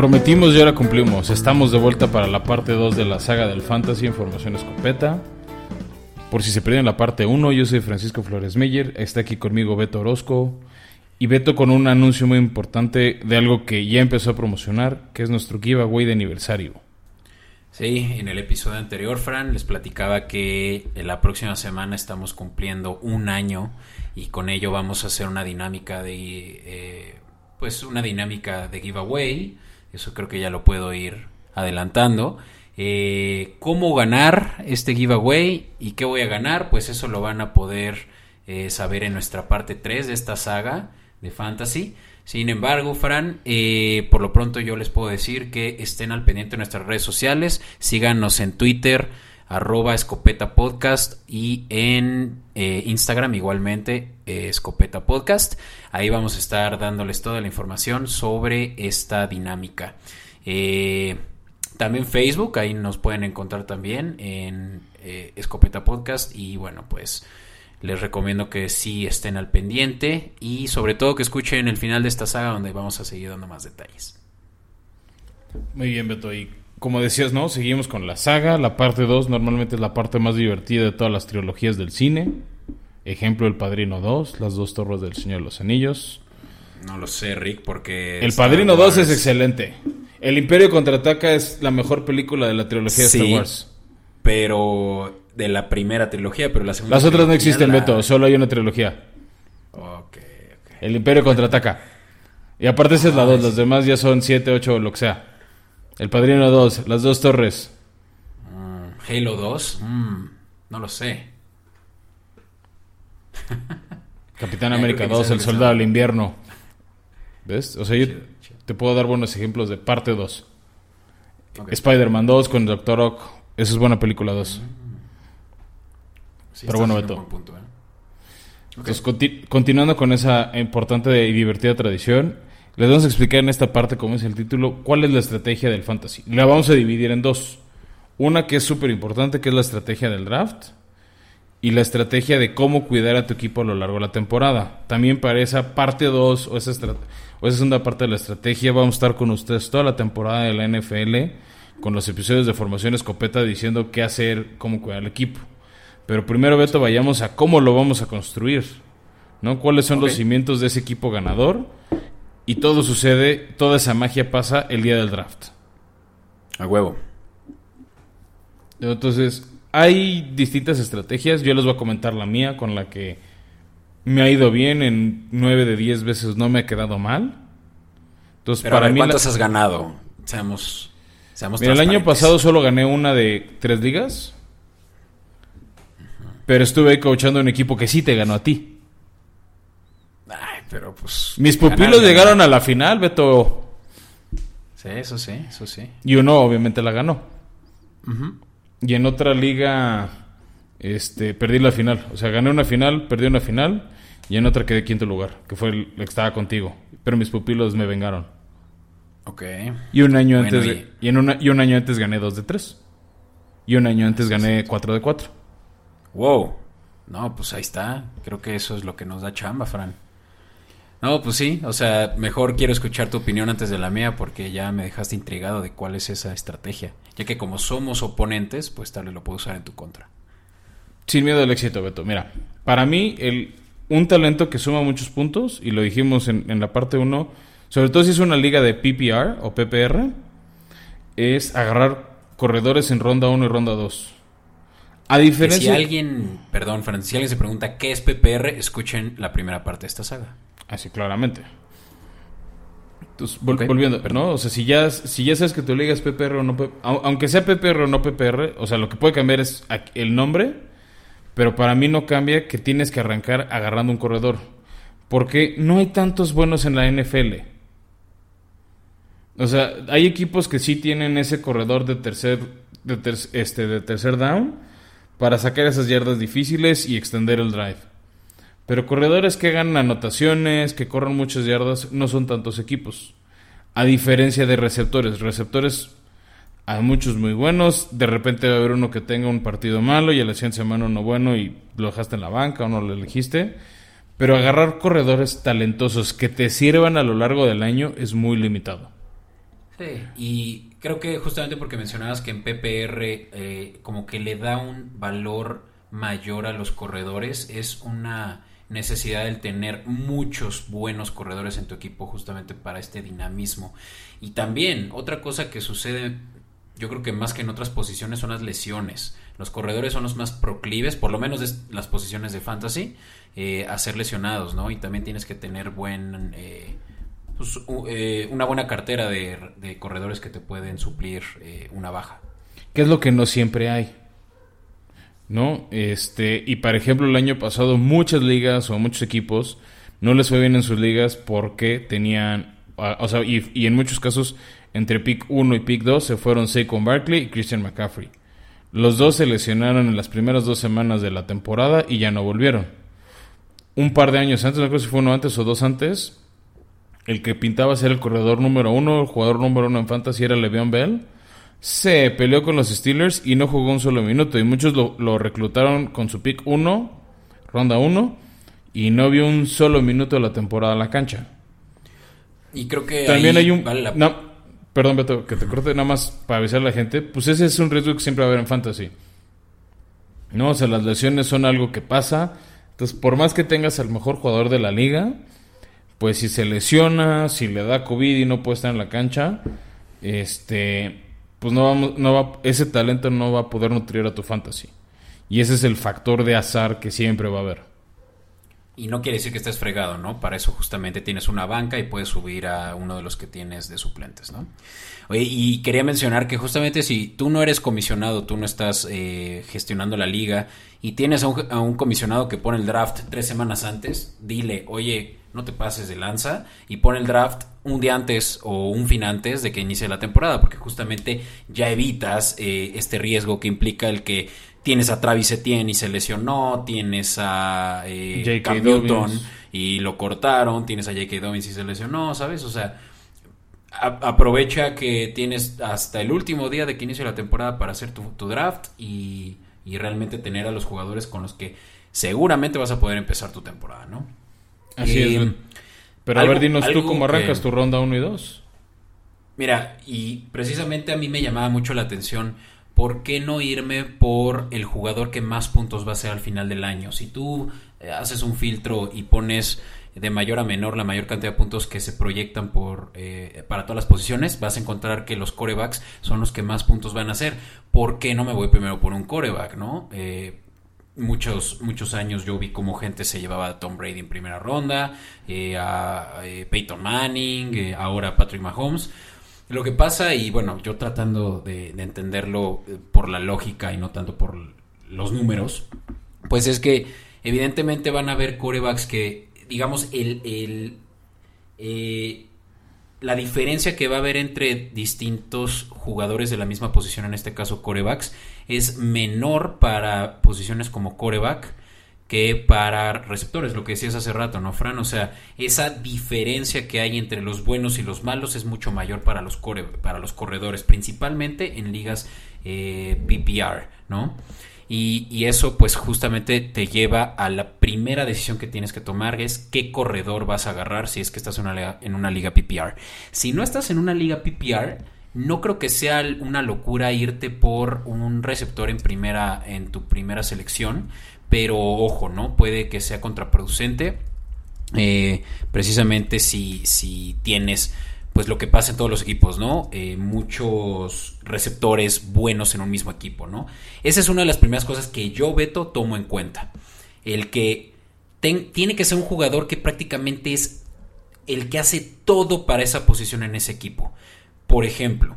prometimos y ahora cumplimos. Estamos de vuelta para la parte 2 de la saga del Fantasy en Formación Escopeta. Por si se perdieron la parte 1, yo soy Francisco Flores Meyer. Está aquí conmigo Beto Orozco. Y Beto con un anuncio muy importante de algo que ya empezó a promocionar, que es nuestro giveaway de aniversario. Sí, en el episodio anterior, Fran, les platicaba que la próxima semana estamos cumpliendo un año y con ello vamos a hacer una dinámica de giveaway. Eso creo que ya lo puedo ir adelantando. ¿Cómo ganar este giveaway y qué voy a ganar? Pues eso lo van a poder saber en nuestra parte 3 de esta saga de Fantasy. Sin embargo, Fran, por lo pronto yo les puedo decir que estén al pendiente de nuestras redes sociales. Síganos en Twitter, @escopetapodcast, y en Instagram igualmente, escopetapodcast. Ahí vamos a estar dándoles toda la información sobre esta dinámica. También Facebook, ahí nos pueden encontrar también en Escopeta Podcast. Y bueno, pues les recomiendo que sí estén al pendiente y sobre todo que escuchen el final de esta saga, donde vamos a seguir dando más detalles. Muy bien, Beto. Y como decías, ¿no? Seguimos con la saga. La parte 2 normalmente es la parte más divertida de todas las trilogías del cine. Ejemplo, El Padrino 2, Las dos torres del Señor de los Anillos. No lo sé, Rick, porque El Padrino 2 es excelente. El Imperio Contraataca es la mejor película de la trilogía de Star Wars. Pero de la primera trilogía, pero la segunda. Las otras no existen, Beto, solo hay una trilogía. Okay. El Imperio Contraataca. Y aparte esa es la 2, las demás ya son 7, 8 o lo que sea. El Padrino 2, Las dos torres. Halo 2, no lo sé. Capitán América 2, El Soldado del Invierno. ¿Ves? O sea, yo te puedo dar buenos ejemplos de parte 2. Okay. Spider-Man 2 con Dr. Ock. Esa es buena película 2. Sí, pero bueno, Beto. Buen punto, Entonces, continuando con esa importante y divertida tradición, les vamos a explicar en esta parte, como es el título, cuál es la estrategia del fantasy. La vamos a dividir en dos. Una que es súper importante, que es la estrategia del draft, y la estrategia de cómo cuidar a tu equipo a lo largo de la temporada. También para esa parte 2 o esa segunda parte de la estrategia vamos a estar con ustedes toda la temporada de la NFL, con los episodios de Formación Escopeta diciendo qué hacer, cómo cuidar al equipo. Pero primero, Beto, vayamos a cómo lo vamos a construir, ¿no? ¿Cuáles son los cimientos de ese equipo ganador? Y todo sucede, toda esa magia pasa el día del draft. A huevo. Entonces, hay distintas estrategias. Yo les voy a comentar la mía, con la que me ha ido bien. En 9 de 10 veces no me ha quedado mal. Entonces, pero para mí, ¿cuántas has ganado? Seamos mira, el año pasado solo gané una de 3 ligas. Pero estuve ahí coachando un equipo que sí te ganó a ti. Ay, pero pues... Mis pupilos llegaron a la final, Beto. Sí, eso sí. Y uno obviamente la ganó. Y en otra liga perdí la final. O sea, gané una final, perdí una final. Y en otra quedé quinto lugar, que fue el que estaba contigo. Pero mis pupilos me vengaron. Ok. Y un año antes y un año antes gané 2 de 3. Y un año antes gané 4 de 4. Wow. No, pues ahí está. Creo que eso es lo que nos da chamba, Fran. No, pues sí. O sea, mejor quiero escuchar tu opinión antes de la mía, porque ya me dejaste intrigado de cuál es esa estrategia. Ya que como somos oponentes, pues tal vez lo puedo usar en tu contra. Sin miedo al éxito, Beto. Mira, para mí un talento que suma muchos puntos, y lo dijimos en la parte 1, sobre todo si es una liga de PPR o PPR, es agarrar corredores en ronda 1 y ronda 2. A diferencia... Si alguien se pregunta qué es PPR, escuchen la primera parte de esta saga. Así, claramente. Entonces, volviendo, ¿no? O sea, si ya sabes que tu liga es PPR o no, aunque sea PPR o no PPR, o sea, lo que puede cambiar es el nombre, pero para mí no cambia que tienes que arrancar agarrando un corredor, porque no hay tantos buenos en la NFL. O sea, hay equipos que sí tienen ese corredor de tercer down para sacar esas yardas difíciles y extender el drive. Pero corredores que ganan anotaciones, que corran muchas yardas, no son tantos equipos. A diferencia de receptores hay muchos muy buenos. De repente va a haber uno que tenga un partido malo y a la siguiente semana uno bueno y lo dejaste en la banca o no lo elegiste. Pero agarrar corredores talentosos que te sirvan a lo largo del año es muy limitado. Sí, y creo que justamente porque mencionabas que en PPR como que le da un valor mayor a los corredores, es una necesidad el tener muchos buenos corredores en tu equipo justamente para este dinamismo. Y también otra cosa que sucede, yo creo que más que en otras posiciones, son las lesiones. Los corredores son los más proclives, por lo menos de las posiciones de fantasy, a ser lesionados, ¿no? Y también tienes que tener una buena cartera de corredores que te pueden suplir una baja. ¿Qué es lo que no siempre hay? ¿No? Y por ejemplo, el año pasado muchas ligas o muchos equipos no les fue bien en sus ligas porque tenían, y en muchos casos entre pick 1 y pick 2 se fueron Saquon Barkley y Christian McCaffrey. Los dos se lesionaron en las primeras 2 semanas de la temporada y ya no volvieron. Un par de años antes, no creo si fue uno antes o 2 antes, el que pintaba ser el corredor número 1, el jugador número 1 en fantasy era Le'Veon Bell. Se peleó con los Steelers y no jugó un solo minuto. Y muchos lo reclutaron con su pick 1, ronda 1, y no vio un solo minuto de la temporada en la cancha. Y creo que también ahí hay un... vale la... No, perdón, Beto, que te corte nada más para avisar a la gente. Pues ese es un riesgo que siempre va a haber en fantasy. No, o sea, las lesiones son algo que pasa. Entonces, por más que tengas al mejor jugador de la liga, pues si se lesiona, si le da COVID y no puede estar en la cancha, pues ese talento no va a poder nutrir a tu fantasy. Y ese es el factor de azar que siempre va a haber. Y no quiere decir que estés fregado, ¿no? Para eso justamente tienes una banca y puedes subir a uno de los que tienes de suplentes, ¿no? Oye, y quería mencionar que justamente si tú no eres comisionado, tú no estás gestionando la liga y tienes a un comisionado que pone el draft 3 semanas antes, dile, oye, no te pases de lanza y pon el draft un día antes o un fin antes de que inicie la temporada, porque justamente ya evitas este riesgo que implica el que tienes a Travis Etienne y se lesionó, tienes a Cam Newton y lo cortaron, tienes a J.K. Dobbins y se lesionó, ¿sabes? O sea, aprovecha que tienes hasta el último día de que inicie la temporada para hacer tu draft y realmente tener a los jugadores con los que seguramente vas a poder empezar tu temporada, ¿no? Así es. Pero a ver, dinos tú cómo arrancas tu ronda 1 y 2. Mira, y precisamente a mí me llamaba mucho la atención, ¿por qué no irme por el jugador que más puntos va a hacer al final del año? Si tú haces un filtro y pones de mayor a menor la mayor cantidad de puntos que se proyectan para todas las posiciones, vas a encontrar que los quarterbacks son los que más puntos van a hacer. ¿Por qué no me voy primero por un quarterback, no? Muchos años yo vi cómo gente se llevaba a Tom Brady en primera ronda, a Peyton Manning, ahora a Patrick Mahomes. Lo que pasa, y bueno, yo tratando de entenderlo por la lógica y no tanto por los números, pues es que evidentemente van a haber quarterbacks que, digamos, la diferencia que va a haber entre distintos jugadores de la misma posición, en este caso quarterbacks, es menor para posiciones como quarterback que para receptores, lo que decías hace rato, ¿no, Fran? O sea, esa diferencia que hay entre los buenos y los malos es mucho mayor para los corredores, principalmente en ligas PPR, ¿no? Y eso pues justamente te lleva a la primera decisión que tienes que tomar, es qué corredor vas a agarrar si es que estás en una liga PPR. Si no estás en una liga PPR, no creo que sea una locura irte por un receptor en tu primera selección, pero ojo, ¿no? Puede que sea contraproducente, precisamente si tienes pues lo que pasa en todos los equipos, ¿no? Muchos receptores buenos en un mismo equipo, ¿no? Esa es una de las primeras cosas que yo, Beto, tomo en cuenta. El que tiene que ser un jugador que prácticamente es el que hace todo para esa posición en ese equipo. Por ejemplo,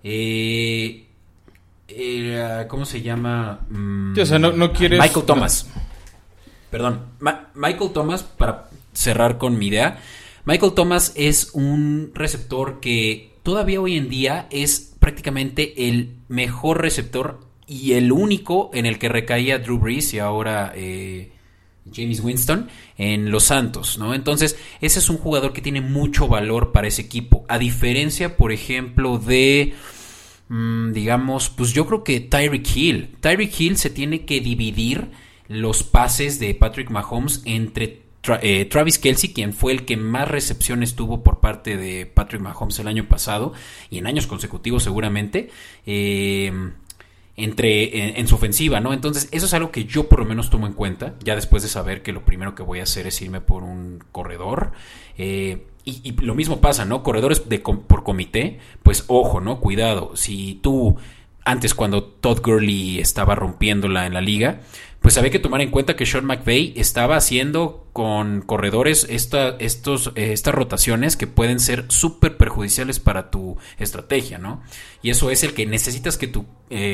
¿cómo se llama? O sea, no quieres... Michael Thomas. Perdón. Michael Thomas, para cerrar con mi idea... Michael Thomas es un receptor que todavía hoy en día es prácticamente el mejor receptor y el único en el que recaía Drew Brees y ahora Jameis Winston en los Santos, ¿no? Entonces, ese es un jugador que tiene mucho valor para ese equipo. A diferencia, por ejemplo, de... digamos, pues yo creo que Tyreek Hill. Tyreek Hill se tiene que dividir los pases de Patrick Mahomes entre Travis Kelce, quien fue el que más recepciones tuvo por parte de Patrick Mahomes el año pasado y en años consecutivos seguramente, en su ofensiva, ¿no? Entonces eso es algo que yo por lo menos tomo en cuenta, ya después de saber que lo primero que voy a hacer es irme por un corredor. Y lo mismo pasa, ¿no? Corredores por comité, pues ojo, ¿no? Cuidado, si tú antes, cuando Todd Gurley estaba rompiéndola en la liga, pues había que tomar en cuenta que Sean McVay estaba haciendo con corredores estas rotaciones que pueden ser súper perjudiciales para tu estrategia, ¿no? Y eso es el que necesitas que tu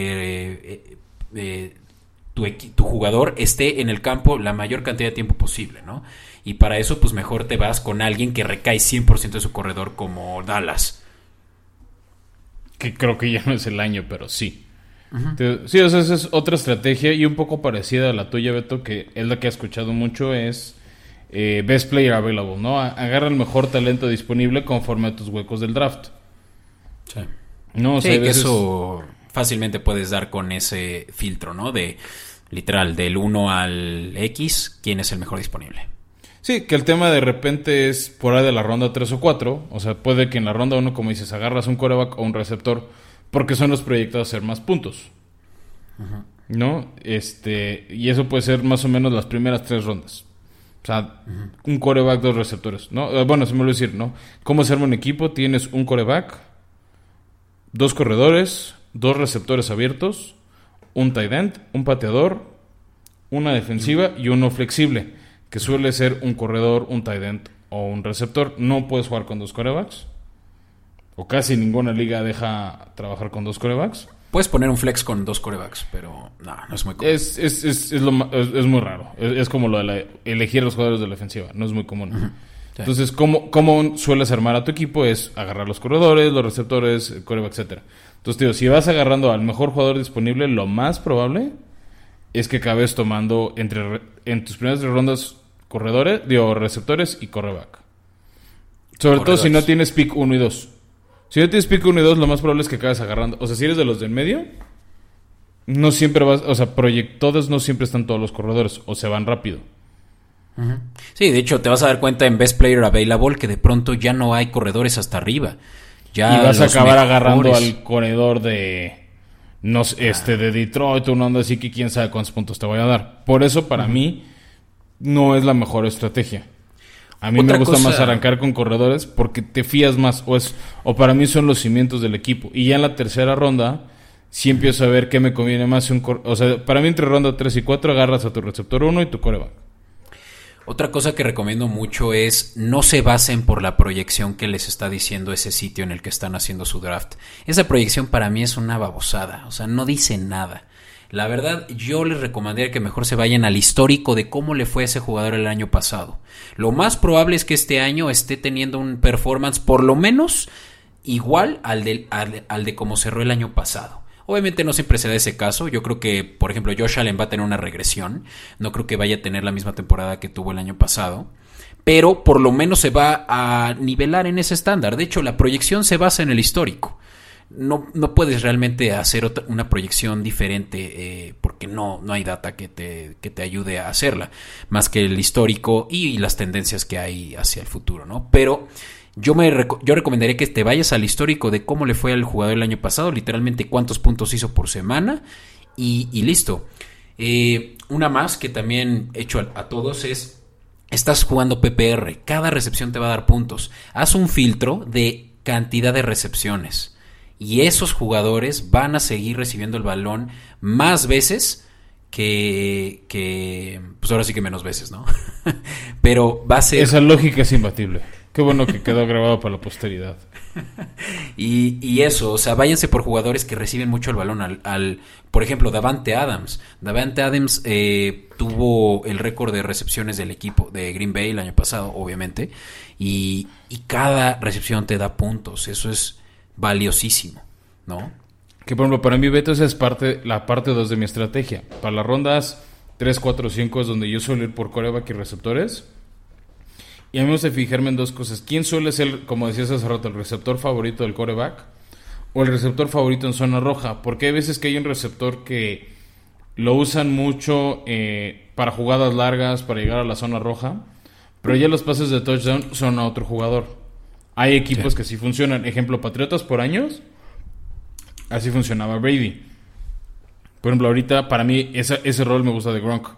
jugador esté en el campo la mayor cantidad de tiempo posible, ¿no? Y para eso, pues mejor te vas con alguien que recae 100% de su corredor, como Dallas. Que creo que ya no es el año, pero sí. Uh-huh. Sí, o sea, esa es otra estrategia y un poco parecida a la tuya, Beto, que es la que he escuchado mucho, es best player available, ¿no? Agarra el mejor talento disponible conforme a tus huecos del draft. Sí. No, o sea, sí, que eso fácilmente puedes dar con ese filtro, ¿no? De, literal, del 1 al X, ¿quién es el mejor disponible? Sí, que el tema de repente es por ahí de la ronda 3 o 4. O sea, puede que en la ronda 1, como dices, agarras un quarterback o un receptor porque son los proyectados a hacer más puntos. Uh-huh. ¿No? Y eso puede ser más o menos las primeras 3 rondas. O sea, uh-huh, un quarterback, 2 receptores, ¿no? Bueno, se me olvidó decir, ¿no? ¿Cómo se arma un equipo? Tienes un quarterback, 2 corredores, 2 receptores abiertos, un tight end, un pateador, una defensiva y uno flexible, que suele ser un corredor, un tight end o un receptor. No puedes jugar con 2 quarterbacks, o casi ninguna liga deja trabajar con 2 quarterbacks. Puedes poner un flex con 2 quarterbacks, pero no es muy común. Es muy raro. Es como lo de elegir a los jugadores de la ofensiva. No es muy común. Uh-huh. Sí. Entonces, ¿cómo sueles armar a tu equipo? Es agarrar los corredores, los receptores, el quarterback, etcétera. Entonces, tío, si vas agarrando al mejor jugador disponible, lo más probable es que acabes tomando en tus primeras 3 rondas receptores y quarterback. Sobre todo si no tienes pick 1 y 2. Si no tienes pick 1 y 2, lo más probable es que acabes agarrando. O sea, si eres de los del medio, no siempre vas. O sea, todos no siempre están todos los corredores, o se van rápido. Uh-huh. Sí, de hecho, te vas a dar cuenta en Best Player Available que de pronto ya no hay corredores hasta arriba. Ya y vas a acabar agarrando al corredor de Detroit, una onda así que quién sabe cuántos puntos te voy a dar. Por eso, para mí, no es la mejor estrategia. A mí me gusta más arrancar con corredores porque te fías más, o para mí son los cimientos del equipo. Y ya en la tercera ronda sí empiezo a ver qué me conviene más. O sea, para mí entre ronda 3 y 4 agarras a tu receptor 1 y tu quarterback. Otra cosa que recomiendo mucho es no se basen por la proyección que les está diciendo ese sitio en el que están haciendo su draft. Esa proyección para mí es una babosada, o sea, no dice nada. La verdad, yo les recomendaría que mejor se vayan al histórico de cómo le fue a ese jugador el año pasado. Lo más probable es que este año esté teniendo un performance por lo menos igual al de cómo cerró el año pasado. Obviamente no siempre se da ese caso. Yo creo que, por ejemplo, Josh Allen va a tener una regresión. No creo que vaya a tener la misma temporada que tuvo el año pasado. Pero por lo menos se va a nivelar en ese estándar. De hecho, la proyección se basa en el histórico. No puedes realmente hacer una proyección diferente porque no hay data que te ayude a hacerla. Más que el histórico y las tendencias que hay hacia el futuro, ¿no? Pero yo recomendaría que te vayas al histórico de cómo le fue al jugador el año pasado, literalmente cuántos puntos hizo por semana y listo. Una más que también he hecho a todos es, estás jugando PPR, cada recepción te va a dar puntos. Haz un filtro de cantidad de recepciones y esos jugadores van a seguir recibiendo el balón más veces que pues ahora sí que menos veces, ¿no? Pero va a ser... Esa lógica es imbatible. Qué bueno que quedó grabado para la posteridad. Y eso, o sea, váyanse por jugadores que reciben mucho el balón. Por ejemplo, Davante Adams. Davante Adams tuvo el récord de recepciones del equipo de Green Bay el año pasado, obviamente. Y cada recepción te da puntos. Eso es valiosísimo, ¿no? Que por ejemplo, para mí, Beto, esa es la parte 2 de mi estrategia. Para las rondas 3, 4, 5 es donde yo suelo ir por quarterback y receptores. Y a mí me gusta fijarme en 2 cosas. ¿Quién suele ser, como decías hace rato, el receptor favorito del quarterback? O el receptor favorito en zona roja. Porque hay veces que hay un receptor que lo usan mucho para jugadas largas, para llegar a la zona roja. Pero ya los pases de touchdown son a otro jugador. Hay equipos que sí funcionan. Ejemplo, Patriotas por años. Así funcionaba Brady. Por ejemplo, ahorita para mí ese rol me gusta de Gronk.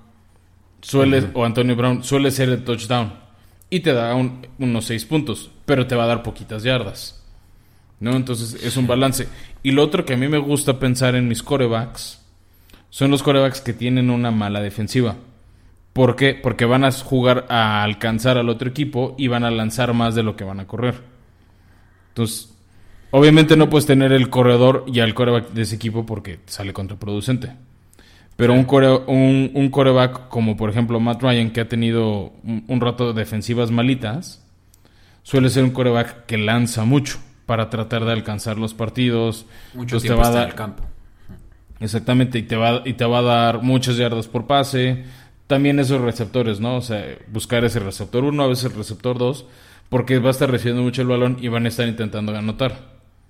O Antonio Brown. Suele ser el touchdown. Y te da unos 6 puntos. Pero te va a dar poquitas yardas. ¿No? Entonces es un balance. Y lo otro que a mí me gusta pensar en mis quarterbacks son los quarterbacks que tienen una mala defensiva. ¿Por qué? Porque van a jugar a alcanzar al otro equipo y van a lanzar más de lo que van a correr. Entonces, obviamente no puedes tener el corredor y al quarterback de ese equipo porque sale contraproducente. Pero un quarterback como por ejemplo Matt Ryan, que ha tenido un rato de defensivas malitas, suele ser un quarterback que lanza mucho para tratar de alcanzar los partidos. Mucho tiempo está en el campo. Exactamente, y te va a dar muchas yardas por pase. También esos receptores, ¿no? O sea, buscar ese receptor 1, a veces el receptor 2, porque va a estar recibiendo mucho el balón y van a estar intentando anotar.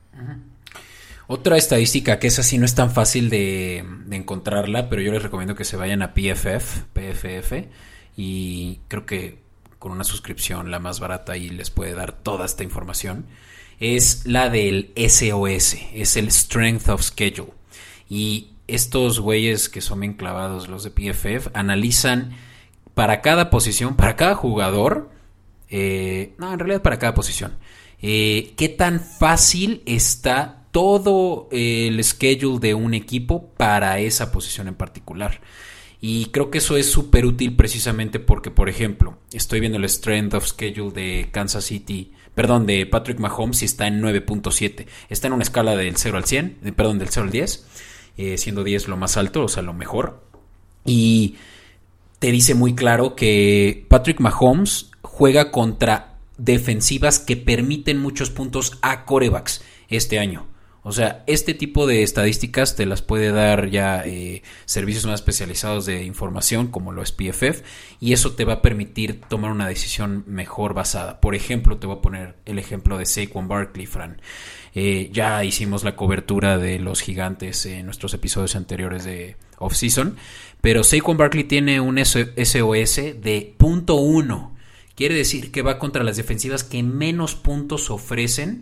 Otra estadística que esa sí no es tan fácil de encontrarla, pero yo les recomiendo que se vayan a PFF, y creo que con una suscripción, la más barata, y les puede dar toda esta información, es la del SOS, es el Strength of Schedule. Y estos güeyes que son bien clavados, los de PFF, analizan para cada posición, para cada jugador, en realidad para cada posición, qué tan fácil está todo el schedule de un equipo para esa posición en particular. Y creo que eso es súper útil precisamente porque, por ejemplo, estoy viendo el Strength of Schedule de de Patrick Mahomes, y está en 9.7. Está en una escala del 0 al 100, del 0 al 10. Siendo 10 lo más alto, o sea, lo mejor. Y te dice muy claro que Patrick Mahomes juega contra defensivas que permiten muchos puntos a quarterbacks este año. O sea, este tipo de estadísticas te las puede dar ya servicios más especializados de información como lo es PFF, y eso te va a permitir tomar una decisión mejor basada. Por ejemplo, te voy a poner el ejemplo de Saquon Barkley, Fran. Ya hicimos la cobertura de los gigantes en nuestros episodios anteriores de off-season, pero Saquon Barkley tiene un SOS de .1. Quiere decir que va contra las defensivas que menos puntos ofrecen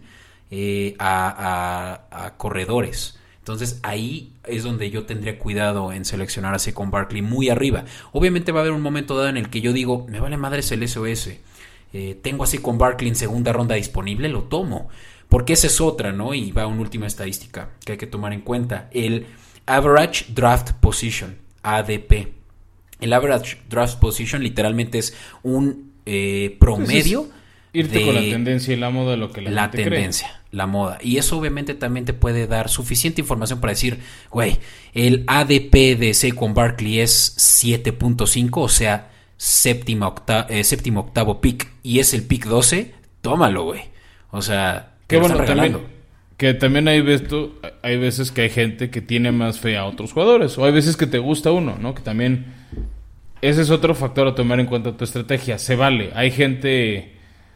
a corredores. Entonces ahí es donde yo tendría cuidado en seleccionar a Saquon Barkley muy arriba. Obviamente va a haber un momento dado en el que yo digo, me vale madres el SOS, tengo a Saquon Barkley en segunda ronda disponible, lo tomo, porque esa es otra, ¿no? Y va una última estadística que hay que tomar en cuenta, el Average Draft Position, ADP. El Average Draft Position literalmente es un promedio. Irte con la tendencia y la moda de lo que la gente tendencia, cree. La moda. Y eso obviamente también te puede dar suficiente información para decir, güey, el ADP de Saquon Barkley es 7.5, o sea, séptimo octavo pick, y es el pick 12, tómalo, güey. O sea, qué bueno, también hay veces que hay gente que tiene más fe a otros jugadores, o hay veces que te gusta uno, ¿no? Que también ese es otro factor a tomar en cuenta tu estrategia. Se vale. Hay gente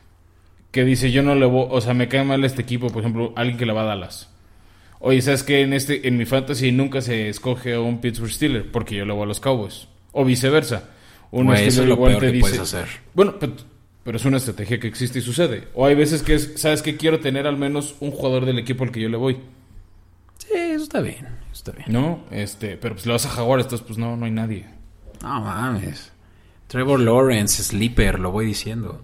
que dice, yo no le voy, o sea, me cae mal este equipo, por ejemplo, alguien que le va a Dallas. Oye, ¿sabes qué? En mi fantasy nunca se escoge a un Pittsburgh Steelers porque yo le voy a los Cowboys. O viceversa. Eso es lo peor que puedes hacer. Bueno, pero es una estrategia que existe y sucede. O hay veces que ¿sabes qué? Quiero tener al menos un jugador del equipo al que yo le voy. Sí, eso está bien. No, pero pues le vas a Jaguares, entonces pues no hay nadie. No mames. Trevor Lawrence, sleeper, lo voy diciendo.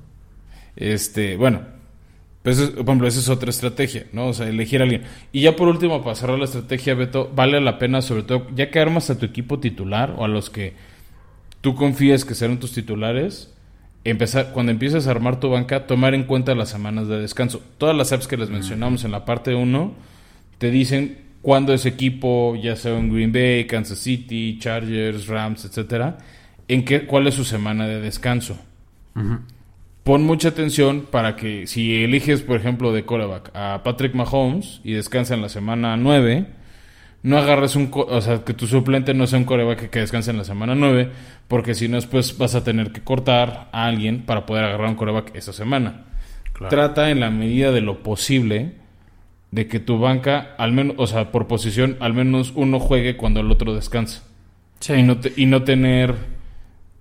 Bueno, pues por ejemplo, esa es otra estrategia, ¿no? O sea, elegir a alguien. Y ya por último, para cerrar la estrategia, Beto, vale la pena, sobre todo, ya que armas a tu equipo titular o a los que tú confíes que serán tus titulares, cuando empieces a armar tu banca, tomar en cuenta las semanas de descanso. Todas las apps que les mencionamos en la parte 1 te dicen cuándo ese equipo, ya sea en Green Bay, Kansas City, Chargers, Rams, etcétera, cuál es su semana de descanso. Uh-huh. Pon mucha atención para que si eliges, por ejemplo, de quarterback a Patrick Mahomes y descansa en la semana 9, no agarres que tu suplente no sea un quarterback que descanse en la semana 9, porque si no después vas a tener que cortar a alguien para poder agarrar un quarterback esa semana. Claro. Trata en la medida de lo posible de que tu banca, al menos, o sea, por posición, al menos uno juegue cuando el otro descansa. Sí. Y no tener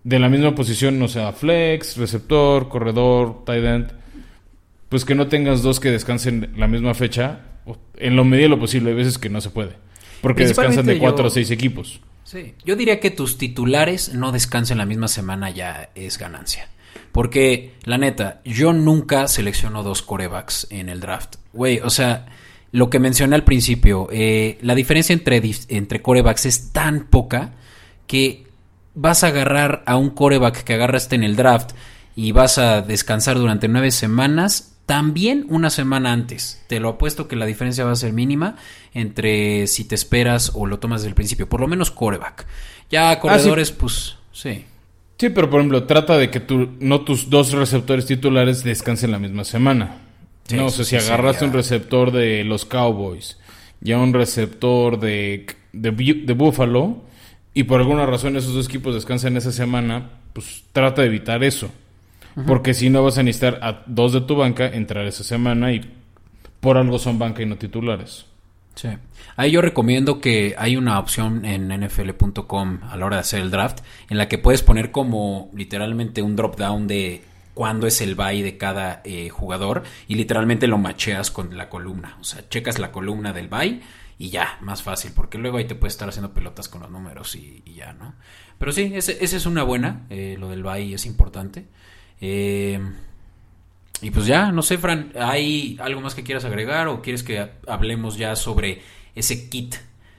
de la misma posición, no sea flex, receptor, corredor, tight end, pues que no tengas dos que descansen la misma fecha, en lo medida de lo posible. Hay veces que no se puede, porque descansan de 4 o 6 equipos. Sí, yo diría que tus titulares no descansen la misma semana ya es ganancia. Porque, la neta, yo nunca selecciono 2 quarterbacks en el draft. Güey, o sea, lo que mencioné al principio, la diferencia entre quarterbacks es tan poca que vas a agarrar a un quarterback que agarraste en el draft y vas a descansar durante 9 semanas, también una semana antes. Te lo apuesto que la diferencia va a ser mínima entre si te esperas o lo tomas desde el principio. Por lo menos quarterback. Ya corredores, sí. Pues, sí. Sí, pero por ejemplo, trata de que tus 2 receptores titulares descansen la misma semana. Sí, no, o sea, si agarraste un receptor de los Cowboys, ya un receptor de Buffalo, y por alguna razón esos 2 equipos descansan esa semana, pues trata de evitar eso. Uh-huh. Porque si no vas a necesitar a 2 de tu banca entrar esa semana y por algo son banca y no titulares. Sí. Ahí yo recomiendo que hay una opción en nfl.com a la hora de hacer el draft en la que puedes poner como literalmente un drop down de cuándo es el bye de cada jugador y literalmente lo macheas con la columna. O sea, checas la columna del bye y ya, más fácil, porque luego ahí te puedes estar haciendo pelotas con los números y ya, ¿no? Pero sí, esa es una buena, lo del bye es importante. Y pues ya, no sé, Fran, ¿hay algo más que quieras agregar o quieres que hablemos ya sobre ese kit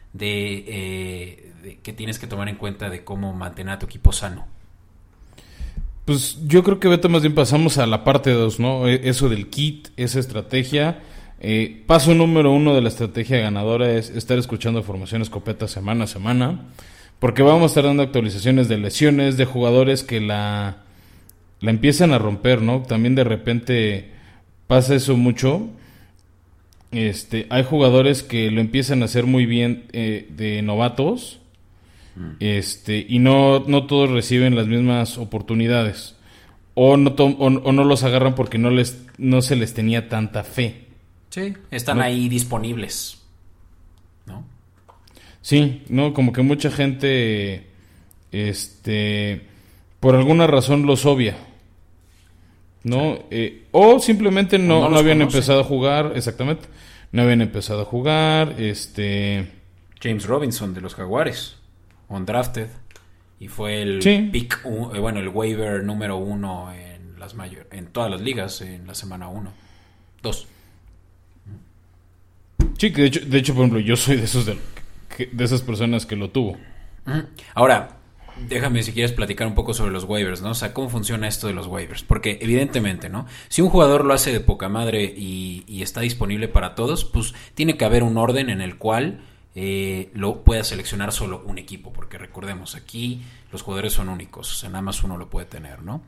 de que tienes que tomar en cuenta de cómo mantener a tu equipo sano? Pues yo creo que, Beto, más bien pasamos a la parte 2, ¿no? Eso del kit, esa estrategia. Paso número 1 de la estrategia ganadora es estar escuchando Formación Escopeta semana a semana, porque vamos a estar dando actualizaciones de lesiones, de jugadores que la empiezan a romper, ¿no? También de repente pasa eso mucho. Hay jugadores que lo empiezan a hacer muy bien de novatos, y no todos reciben las mismas oportunidades, o no los agarran porque no se les tenía tanta fe. Sí, están ahí disponibles, ¿no? Sí, no, como que mucha gente por alguna razón los obvia, ¿no? O simplemente no habían empezado a jugar, exactamente. No habían empezado a jugar, James Robinson de los Jaguares, undrafted, y fue el pick, el waiver número 1 en todas las ligas en la semana 1, 2. Sí, que de hecho, por ejemplo, yo soy de esas personas que lo tuvo. Ahora, déjame si quieres platicar un poco sobre los waivers, ¿no? O sea, ¿cómo funciona esto de los waivers? Porque evidentemente, ¿no? Si un jugador lo hace de poca madre y está disponible para todos, pues tiene que haber un orden en el cual lo pueda seleccionar solo un equipo. Porque recordemos, aquí los jugadores son únicos, o sea, nada más uno lo puede tener, ¿no?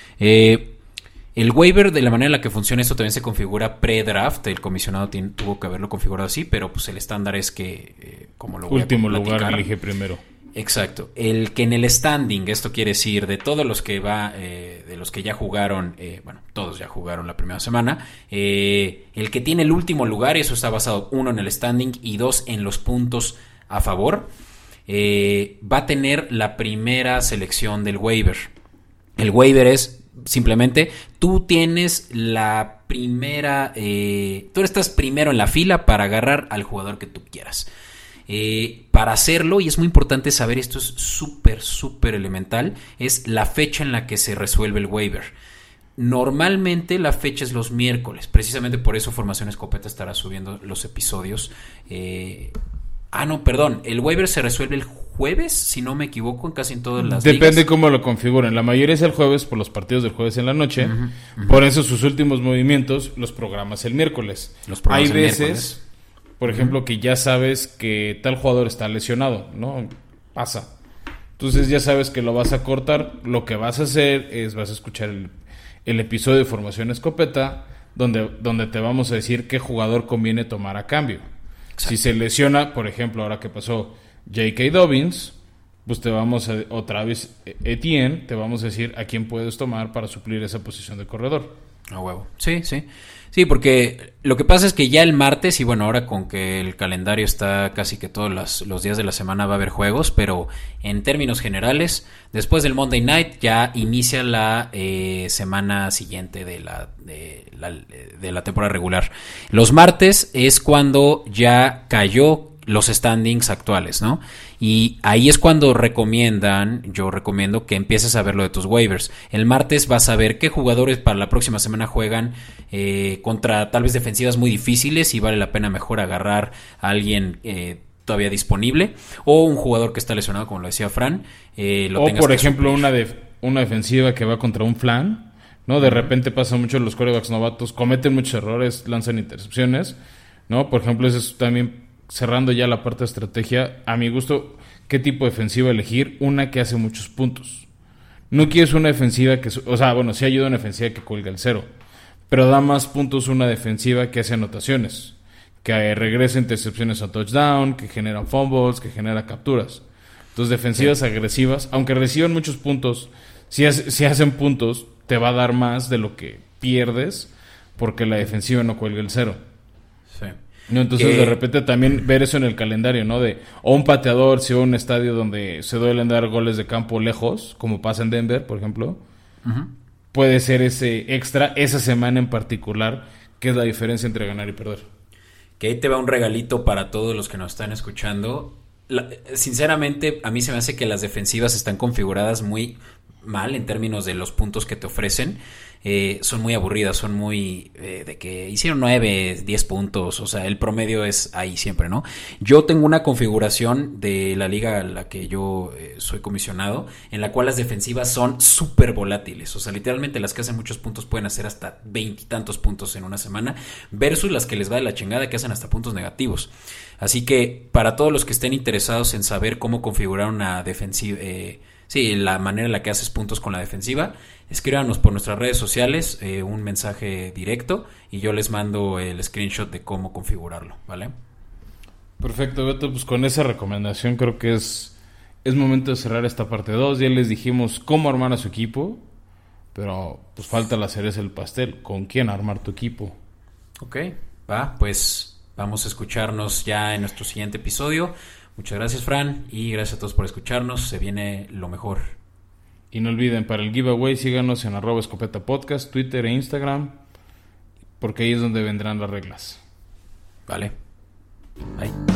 El waiver, de la manera en la que funciona esto, también se configura pre-draft. El comisionado tuvo que haberlo configurado así, pero pues el estándar es que, como lo voy último a platicar, lugar elige primero. Exacto. El que en el standing, esto quiere decir de todos los que de los que ya jugaron, todos ya jugaron la primera semana, el que tiene el último lugar, y eso está basado 1 en el standing y 2 en los puntos a favor, va a tener la primera selección del waiver. El waiver es simplemente, tú tienes la primera, tú estás primero en la fila para agarrar al jugador que tú quieras. Para hacerlo, y es muy importante saber, esto es súper elemental, es la fecha en la que se resuelve el waiver. Normalmente la fecha es los miércoles, precisamente por eso Formación Escopeta estará subiendo los episodios. El waiver se resuelve el jueves, si no me equivoco, en casi en todas las ligas. Depende cómo lo configuren. La mayoría es el jueves por los partidos del jueves en la noche. Uh-huh. Por eso sus últimos movimientos los programas el miércoles. Hay veces, por ejemplo, que ya sabes que tal jugador está lesionado, ¿no? Pasa. Entonces ya sabes que lo vas a cortar. Lo que vas a hacer es vas a escuchar el episodio de Formación Escopeta donde te vamos a decir qué jugador conviene tomar a cambio. Exacto. Si se lesiona, por ejemplo, ahora que pasó J.K. Dobbins, pues te vamos a, otra vez Etienne, te vamos a decir a quién puedes tomar para suplir esa posición de corredor. A huevo. Sí, sí. Sí, porque lo que pasa es que ya el martes, y bueno, ahora con que el calendario está casi que todos los días de la semana va a haber juegos, pero en términos generales, después del Monday Night ya inicia la semana siguiente de la temporada regular. Los martes es cuando ya cayó los standings actuales, ¿no? Y ahí es cuando yo recomiendo que empieces a ver lo de tus waivers. El martes vas a ver qué jugadores para la próxima semana juegan contra tal vez defensivas muy difíciles y vale la pena mejor agarrar a alguien todavía disponible o un jugador que está lesionado, como lo decía Fran. O por ejemplo una defensiva que va contra un flan, ¿no? De repente pasa mucho, los quarterbacks novatos cometen muchos errores, lanzan intercepciones, ¿no? Por ejemplo, eso es también... Cerrando ya la parte de estrategia, a mi gusto, ¿qué tipo de defensiva elegir? Una que hace muchos puntos. No quieres una defensiva que... O sea, bueno, sí ayuda una defensiva que cuelga el cero. Pero da más puntos una defensiva que hace anotaciones. Que regresa intercepciones a touchdown, que genera fumbles, que genera capturas. Entonces, defensivas agresivas, aunque reciban muchos puntos, si hacen puntos, te va a dar más de lo que pierdes porque la defensiva no cuelga el cero. Sí. No, entonces de repente también ver eso en el calendario, ¿no? O un pateador, si va a un estadio donde se duelen dar goles de campo lejos, como pasa en Denver, por ejemplo, puede ser ese extra, esa semana en particular, que es la diferencia entre ganar y perder. Que ahí te va un regalito para todos los que nos están escuchando. Sinceramente, a mí se me hace que las defensivas están configuradas muy mal en términos de los puntos que te ofrecen. Son muy aburridas, son muy de que hicieron 9, 10 puntos, o sea, el promedio es ahí siempre, ¿no? Yo tengo una configuración de la liga a la que yo soy comisionado, en la cual las defensivas son súper volátiles, o sea, literalmente las que hacen muchos puntos pueden hacer hasta 20 y tantos puntos en una semana, versus las que les va de la chingada que hacen hasta puntos negativos. Así que para todos los que estén interesados en saber cómo configurar una defensiva, la manera en la que haces puntos con la defensiva, escríbanos por nuestras redes sociales un mensaje directo y yo les mando el screenshot de cómo configurarlo, ¿vale? Perfecto, Beto, pues con esa recomendación creo que es momento de cerrar esta parte 2. Ya les dijimos cómo armar a su equipo, pero pues falta la cereza del pastel, ¿con quién armar tu equipo? Ok, pues vamos a escucharnos ya en nuestro siguiente episodio. Muchas gracias, Fran, y gracias a todos por escucharnos. Se viene lo mejor. Y no olviden, para el giveaway síganos en @escopetapodcast, Twitter e Instagram, porque ahí es donde vendrán las reglas. Vale. Bye.